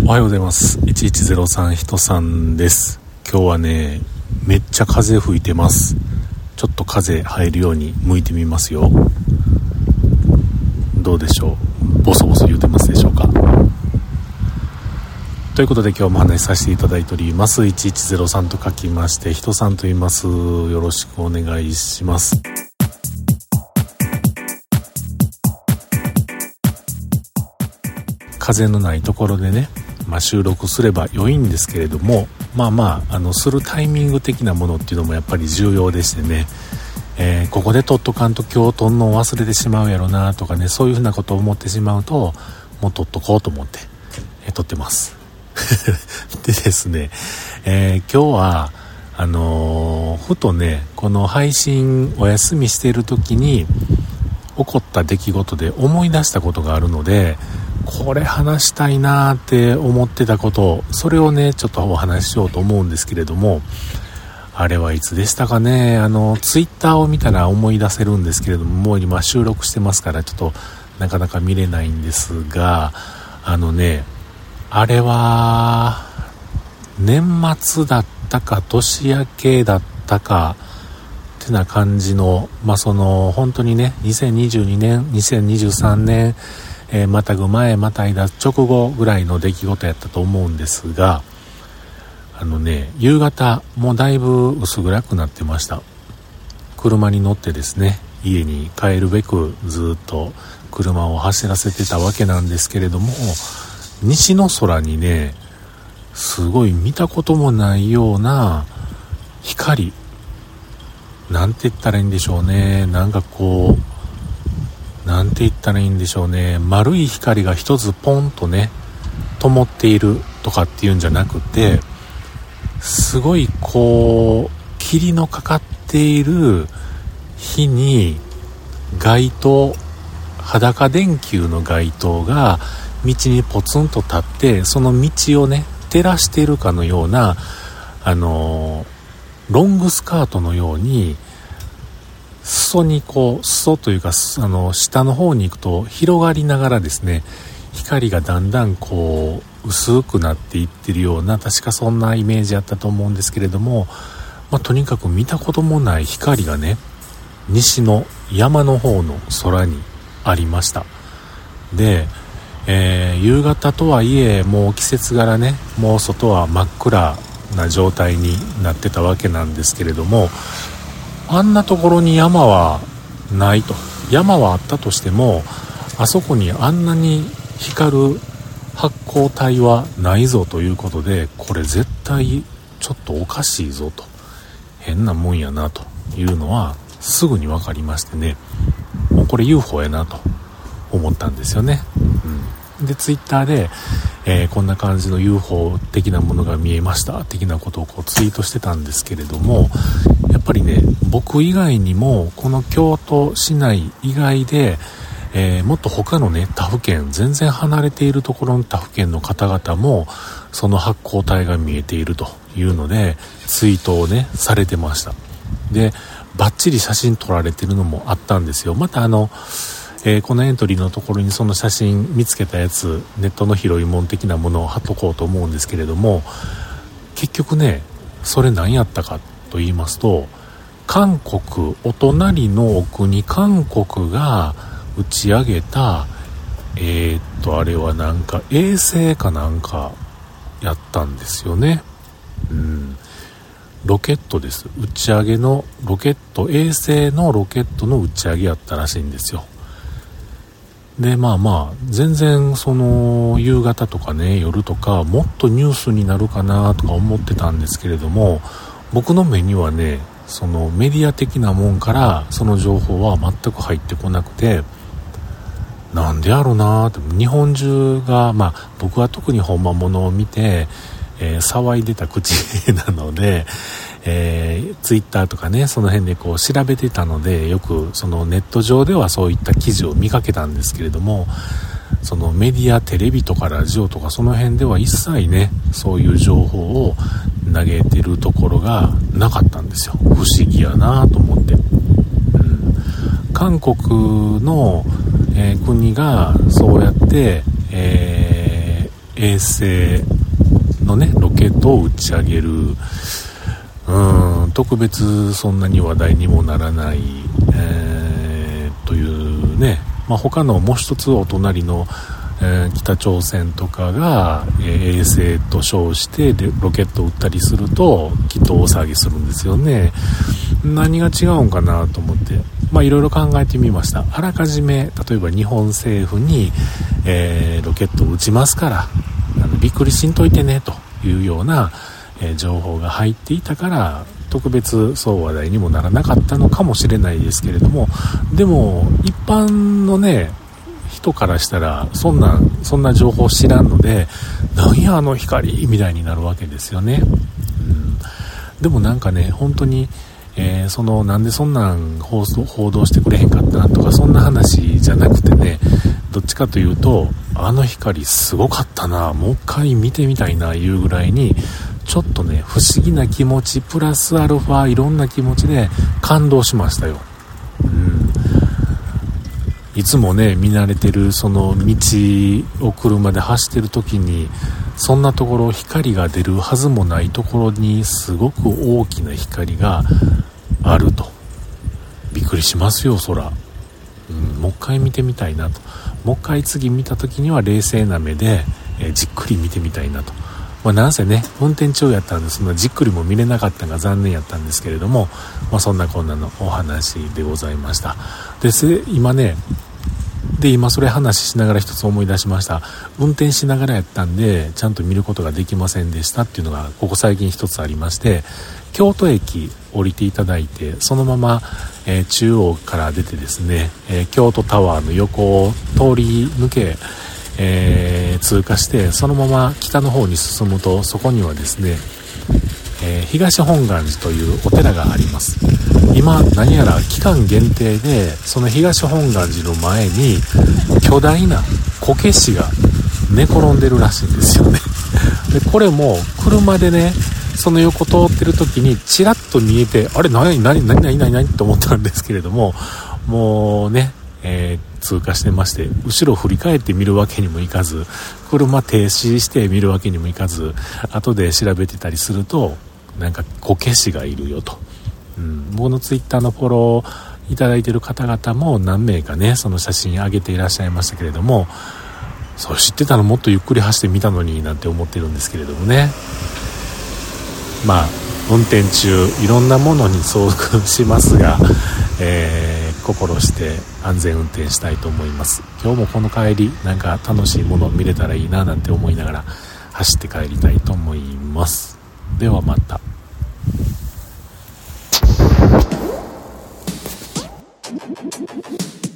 おはようございます。1103人さんです。今日はね、めっちゃ風吹いてます。ちょっと風入るように向いてみますよ。どうでしょう、ボソボソ言うてますでしょうか。ということで今日もお話しさせていただいております。1103と書きまして人さんと言います。よろしくお願いします。風のないところでね、収録すれば良いんですけれども、するタイミング的なものっていうのもやっぱり重要でしてね、ここで撮っとかんと今日撮んのを忘れてしまうやろなとかね、そういうふうなことを思ってしまうと、もう撮っとこうと思って、撮ってますでですね、今日はふとね、この配信お休みしている時に起こった出来事で思い出したことがあるので、これ話したいなって思ってたこと、それをねちょっとお話ししようと思うんですけれども、あれはいつでしたかね。ツイッターを見たら思い出せるんですけれども、もう今収録してますからちょっとなかなか見れないんですが、あれは年末だったか年明けだったかってな感じの、本当にね、2022年2023年またぐ前またいだ直後ぐらいの出来事やったと思うんですが、夕方もうだいぶ薄暗くなってました。車に乗ってですね、家に帰るべくずっと車を走らせてたわけなんですけれども、西の空にね、すごい見たこともないような光、なんて言ったらいいんでしょうね、なんて言ったらいいんでしょうね、丸い光が一つポンとね灯っているとかっていうんじゃなくて、すごい霧のかかっている日に街灯、裸電球の街灯が道にポツンと立って、その道をね照らしているかのようなロングスカートのように裾というか下の方に行くと広がりながらですね、光がだんだん薄くなっていってるような、確かそんなイメージだったと思うんですけれども、とにかく見たこともない光がね、西の山の方の空にありました。で、夕方とはいえもう季節柄ね、もう外は真っ暗な状態になってたわけなんですけれども、あんなところに山はないと。山はあったとしても、あそこにあんなに光る発光体はないぞということで、これ絶対ちょっとおかしいぞと、変なもんやなというのはすぐに分かりましてね、もうこれ UFO やなと思ったんですよね。でツイッターで、こんな感じの UFO 的なものが見えました的なことをツイートしてたんですけれども、やっぱりね、僕以外にもこの京都市内以外で、もっと他のね他府県、全然離れているところの他府県の方々もその発光体が見えているというのでツイートをねされてました。でバッチリ写真撮られてるのもあったんですよ。またこのエントリーのところにその写真見つけたやつ、ネットの広いもん的なものを貼っとこうと思うんですけれども、結局ね、それ何やったかと言いますと、韓国、お隣の奥に韓国が打ち上げたあれはなんか衛星かなんかやったんですよね。ロケットです。打ち上げのロケット、衛星のロケットの打ち上げやったらしいんですよ。で全然夕方とかね、夜とかもっとニュースになるかなとか思ってたんですけれども、僕の目にはね、そのメディア的なもんからその情報は全く入ってこなくて、なんでやろなって、日本中が僕は特に本間ものを見て、騒いでた口なので、ツイッターとかね、その辺で調べてたので、よくそのネット上ではそういった記事を見かけたんですけれども、そのメディア、テレビとかラジオとかその辺では一切ね、そういう情報を投げてるところがなかったんですよ。不思議やなと思って、韓国の、国がそうやって、衛衛星のねロケットを打ち上げる、特別そんなに話題にもならない、というね、他のもう一つお隣の、北朝鮮とかが、衛星と称してロケットを撃ったりするときっと大騒ぎするんですよね。何が違うんかなと思っていろいろ考えてみました。あらかじめ例えば日本政府に、ロケットを撃ちますからびっくりしんといてねというような、情報が入っていたから特別そう話題にもならなかったのかもしれないですけれども、でも一般のね人からしたらそんな情報知らんので、なんやあの光みたいになるわけですよね。でもなんかね本当に、なんでそんなん報道してくれへんかったなとかそんな話じゃなくてね、どっちかというとあの光すごかったな、もう一回見てみたいないうぐらいにちょっとね不思議な気持ちプラスアルファいろんな気持ちで感動しましたよ。いつもね見慣れてるその道を車で走ってる時にそんなところ光が出るはずもないところにすごく大きな光があるとびっくりしますよそら。もう一回見てみたいなと、もう一回次見た時には冷静な目で、じっくり見てみたいなと。なんせね運転中やったんでそんなじっくりも見れなかったのが残念やったんですけれども、そんなこんなのお話でございました。今それ話しながら一つ思い出しました。運転しながらやったんでちゃんと見ることができませんでしたっていうのがここ最近一つありまして、京都駅降りていただいてそのまま、中央から出てですね、京都タワーの横を通り抜け、通過してそのまま北の方に進むとそこにはですね、東本願寺というお寺があります。今何やら期間限定でその東本願寺の前に巨大なこけしが寝転んでるらしいんですよね。でこれも車でねその横通ってる時にチラッと見えて、あれ何と思ったんですけれども、もうね、通過してまして、後ろ振り返って見るわけにもいかず、車停止して見るわけにもいかず、後で調べてたりするとなんかこけしがいるよと、僕のツイッターのフォローいただいている方々も何名かねその写真上げていらっしゃいましたけれども、そう知ってたのもっとゆっくり走ってみたのになんて思ってるんですけれどもね。運転中いろんなものに遭遇しますが、心して安全運転したいと思います。今日もこの帰りなんか楽しいもの見れたらいいななんて思いながら走って帰りたいと思います。ではまた。